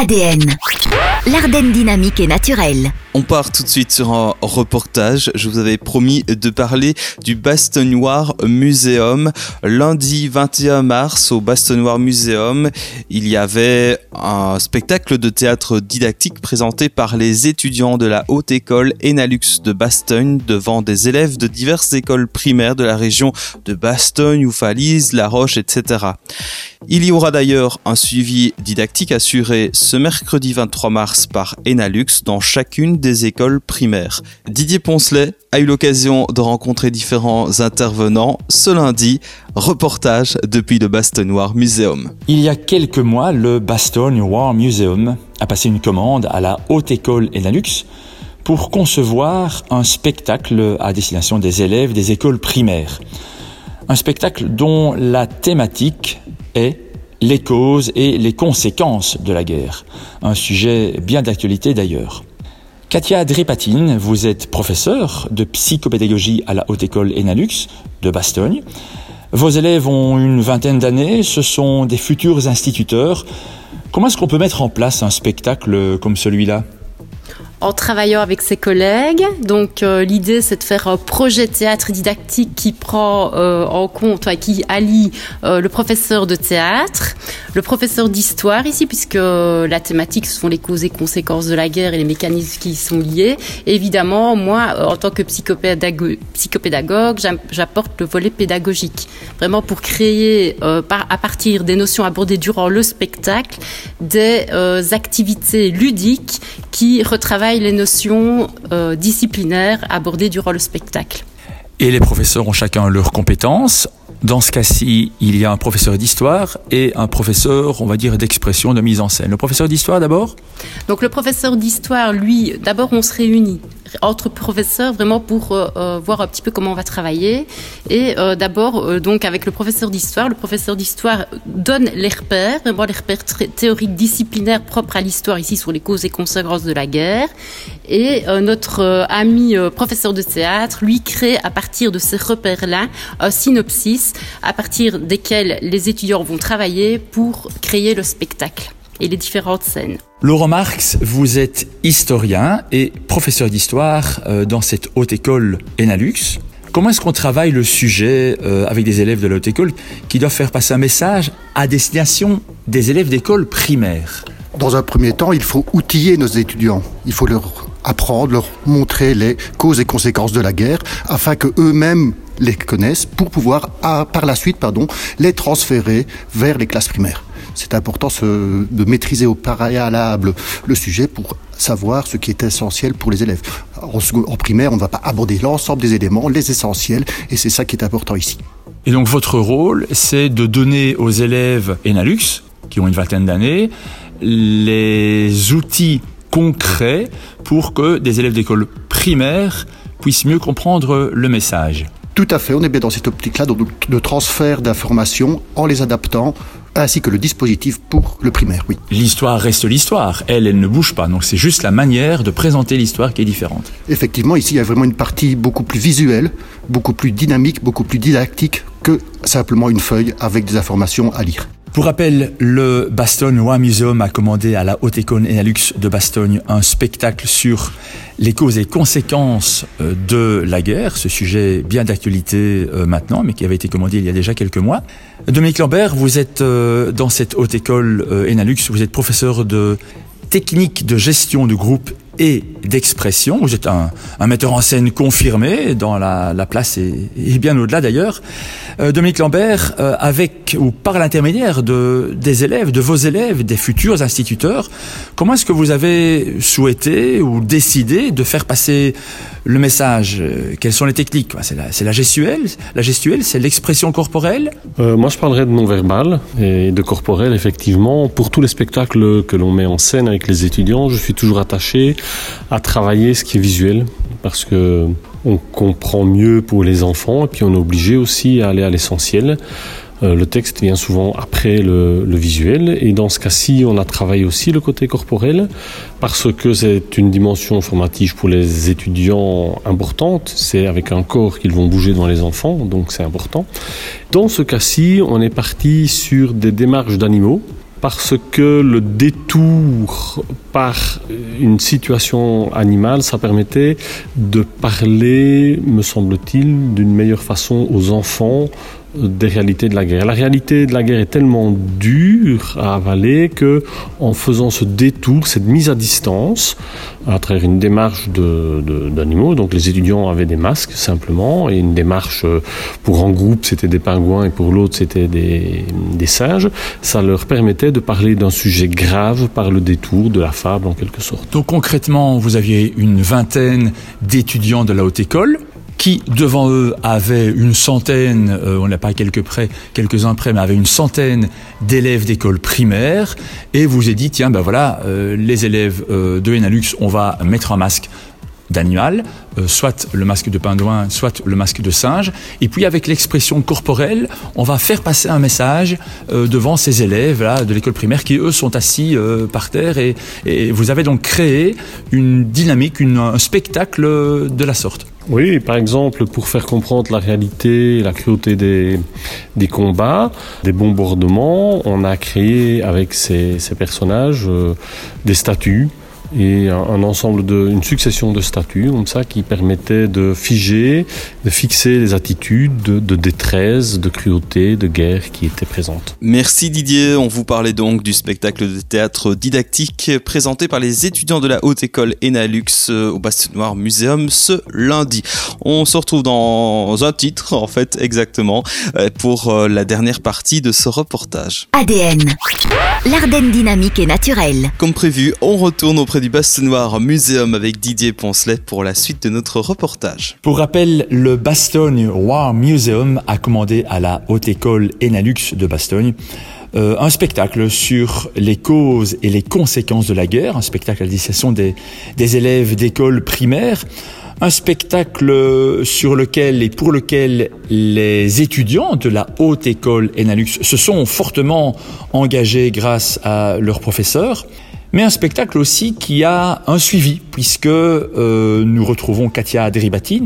ADN, l'Ardenne dynamique et naturelle. On part tout de suite sur un reportage. Je vous avais promis de parler du Bastogne-Noire Museum. Lundi 21 mars, au Bastogne-Noire Museum, il y avait un spectacle de théâtre didactique présenté par les étudiants de la Haute École Enalux de Bastogne devant des élèves de diverses écoles primaires de la région de Bastogne, Oufalise, La Roche, etc. Il y aura d'ailleurs un suivi didactique assuré ce mercredi 23 mars par Enalux dans chacune des écoles primaires. Didier Poncelet a eu l'occasion de rencontrer différents intervenants ce lundi. Reportage depuis le Bastogne-Noire Museum. Il y a quelques mois, le Bastogne-Noire Museum a passé une commande à la Haute École Enalux pour concevoir un spectacle à destination des élèves des écoles primaires. Un spectacle dont la thématique est les causes et les conséquences de la guerre. Un sujet bien d'actualité d'ailleurs. Katia Drepatine, vous êtes professeure de psychopédagogie à la Haute École Enalux de Bastogne. Vos élèves ont une vingtaine d'années, ce sont des futurs instituteurs. Comment est-ce qu'on peut mettre en place un spectacle comme celui-là ? En travaillant avec ses collègues. Donc l'idée, c'est de faire un projet théâtre didactique qui prend en compte, qui allie le professeur de théâtre, le professeur d'histoire ici, puisque la thématique, ce sont les causes et conséquences de la guerre et les mécanismes qui y sont liés. Et évidemment, moi, en tant que psychopédagogue, j'apporte le volet pédagogique, vraiment pour créer, à partir des notions abordées durant le spectacle, des activités ludiques qui retravaillent les notions disciplinaires abordées durant le spectacle. Et les professeurs ont chacun leurs compétences. Dans ce cas-ci, il y a un professeur d'histoire et un professeur, on va dire, d'expression, de mise en scène. Le professeur d'histoire d'abord ? Donc le professeur d'histoire, lui, d'abord on se réunit entre professeurs vraiment pour voir un petit peu comment on va travailler. Et d'abord, donc avec le professeur d'histoire donne les repères, vraiment les repères théoriques disciplinaires propres à l'histoire ici sur les causes et conséquences de la guerre. Et notre ami professeur de théâtre, lui, crée à partir de ces repères-là un synopsis à partir desquels les étudiants vont travailler pour créer le spectacle et les différentes scènes. Laurent Marx, vous êtes historien et professeur d'histoire dans cette haute école Enalux. Comment est-ce qu'on travaille le sujet avec des élèves de la haute école qui doivent faire passer un message à destination des élèves d'école primaire ? Dans un premier temps, il faut outiller nos étudiants. Il faut leur apprendre, leur montrer les causes et conséquences de la guerre afin qu'eux-mêmes les connaissent pour pouvoir, par la suite, les transférer vers les classes primaires. C'est important de maîtriser au préalable le sujet pour savoir ce qui est essentiel pour les élèves. En primaire, on ne va pas aborder l'ensemble des éléments, les essentiels, et c'est ça qui est important ici. Et donc votre rôle, c'est de donner aux élèves Enalux, qui ont une vingtaine d'années, les outils concrets pour que des élèves d'école primaire puissent mieux comprendre le message. Tout à fait, on est bien dans cette optique-là de transfert d'informations en les adaptant, ainsi que le dispositif pour le primaire, oui. L'histoire reste l'histoire, elle ne bouge pas, donc c'est juste la manière de présenter l'histoire qui est différente. Effectivement, ici il y a vraiment une partie beaucoup plus visuelle, beaucoup plus dynamique, beaucoup plus didactique que simplement une feuille avec des informations à lire. Pour rappel, le Bastogne-Noire Museum a commandé à la Haute École Enalux de Bastogne un spectacle sur les causes et conséquences de la guerre, ce sujet bien d'actualité maintenant, mais qui avait été commandé il y a déjà quelques mois. Dominique Lambert, vous êtes dans cette Haute École Enalux, vous êtes professeur de technique de gestion de groupe et d'expression. Vous êtes un metteur en scène confirmé dans la place et bien au-delà d'ailleurs. Dominique Lambert, avec ou par l'intermédiaire des élèves, de vos élèves, des futurs instituteurs, comment est-ce que vous avez souhaité ou décidé de faire passer le message ? Quelles sont les techniques ? C'est la gestuelle, c'est l'expression corporelle ? Moi, je parlerai de non-verbal et de corporel, effectivement. Pour tous les spectacles que l'on met en scène avec les étudiants, je suis toujours attaché à travailler ce qui est visuel, parce que on comprend mieux pour les enfants et puis on est obligé aussi à aller à l'essentiel. Le texte vient souvent après le visuel et dans ce cas-ci, on a travaillé aussi le côté corporel parce que c'est une dimension formative pour les étudiants importante. C'est avec un corps qu'ils vont bouger devant les enfants, donc c'est important. Dans ce cas-ci, on est parti sur des démarches d'animaux parce que le détour par une situation animale, ça permettait de parler, me semble-t-il, d'une meilleure façon aux enfants des réalités de la guerre. La réalité de la guerre est tellement dure à avaler que, en faisant ce détour, cette mise à distance, à travers une démarche d'animaux, donc les étudiants avaient des masques simplement, et une démarche pour un groupe c'était des pingouins et pour l'autre c'était des singes, ça leur permettait de parler d'un sujet grave par le détour de la fable en quelque sorte. Donc concrètement, vous aviez une vingtaine d'étudiants de la haute école qui, devant eux, avaient une centaine, on n'a pas quelques-uns près, mais avaient une centaine d'élèves d'école primaire, et vous avez dit, tiens, ben voilà, les élèves de Enalux, on va mettre un masque d'animal, soit le masque de pingouin, soit le masque de singe, et puis avec l'expression corporelle, on va faire passer un message devant ces élèves là, de l'école primaire qui, eux, sont assis par terre, et vous avez donc créé une dynamique, un spectacle de la sorte. Oui, par exemple, pour faire comprendre la réalité, la cruauté des combats, des bombardements, on a créé avec ces personnages des statues et une succession de statues comme ça qui permettait de fixer les attitudes de détresse, de cruauté, de guerre qui étaient présentes. Merci Didier, on vous parlait donc du spectacle de théâtre didactique présenté par les étudiants de la Haute École Enalux au Bastenoir Muséum ce lundi. On se retrouve dans un titre en fait exactement pour la dernière partie de ce reportage. ADN, l'Ardenne dynamique et naturelle. Comme prévu, on retourne auprès du Bastenoir Muséum avec Didier Poncelet pour la suite de notre reportage. Pour rappel, le Bastogne War Museum a commandé à la Haute École Enalux de Bastogne un spectacle sur les causes et les conséquences de la guerre, un spectacle à destination des élèves d'école primaire. Un spectacle sur lequel et pour lequel les étudiants de la Haute École Enalux se sont fortement engagés grâce à leurs professeurs. Mais un spectacle aussi qui a un suivi, puisque nous retrouvons Katia Dripatine,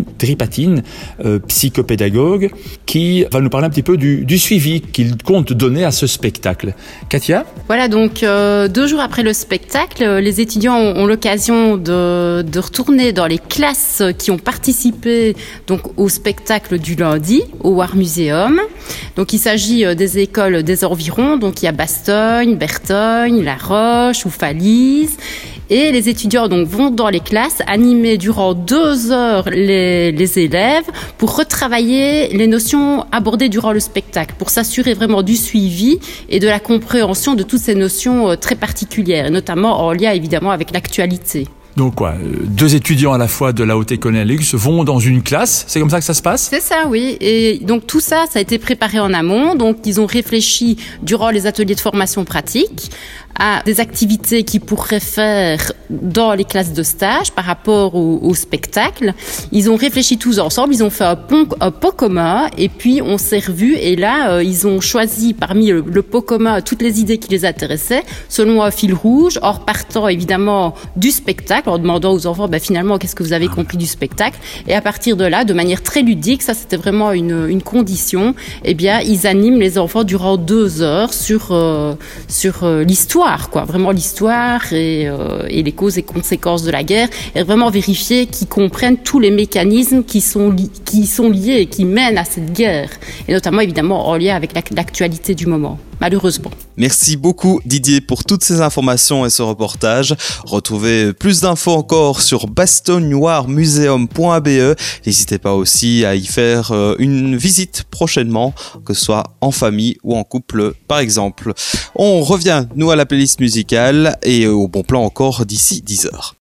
psychopédagogue, qui va nous parler un petit peu du suivi qu'il compte donner à ce spectacle. Katia ? Voilà, donc 2 jours après le spectacle, les étudiants ont l'occasion de retourner dans les classes qui ont participé donc au spectacle du lundi, au War Museum. Donc il s'agit des écoles des environs, donc il y a Bastogne, Bertogne, La Roche ou Falise. Et les étudiants donc vont dans les classes animer durant 2 heures les élèves pour retravailler les notions abordées durant le spectacle, pour s'assurer vraiment du suivi et de la compréhension de toutes ces notions très particulières, et notamment en lien évidemment avec l'actualité. Donc quoi, 2 étudiants à la fois de la Haute École Enalux vont dans une classe, c'est comme ça que ça se passe ? C'est ça, oui. Et donc tout ça, ça a été préparé en amont. Donc ils ont réfléchi durant les ateliers de formation pratique à des activités qu'ils pourraient faire dans les classes de stage par rapport au spectacle. Ils ont réfléchi tous ensemble, ils ont fait un pot commun, et puis on s'est revus, et là ils ont choisi parmi le pot commun toutes les idées qui les intéressaient selon un fil rouge, en repartant évidemment du spectacle, en demandant aux enfants finalement qu'est-ce que vous avez compris du spectacle, et à partir de là, de manière très ludique, ça c'était vraiment une condition, eh bien ils animent les enfants durant 2 heures sur l'histoire, quoi, vraiment l'histoire et les causes et conséquences de la guerre, et vraiment vérifier qu'ils comprennent tous les mécanismes qui sont liés et qui mènent à cette guerre, et notamment évidemment en lien avec l'actualité du moment, malheureusement. Merci beaucoup Didier pour toutes ces informations et ce reportage. Retrouvez plus d'infos encore sur bastognoirmuseum.be. N'hésitez pas aussi à y faire une visite prochainement, que ce soit en famille ou en couple par exemple. On revient nous à la playlist musicale et au bon plan encore d'ici 10h.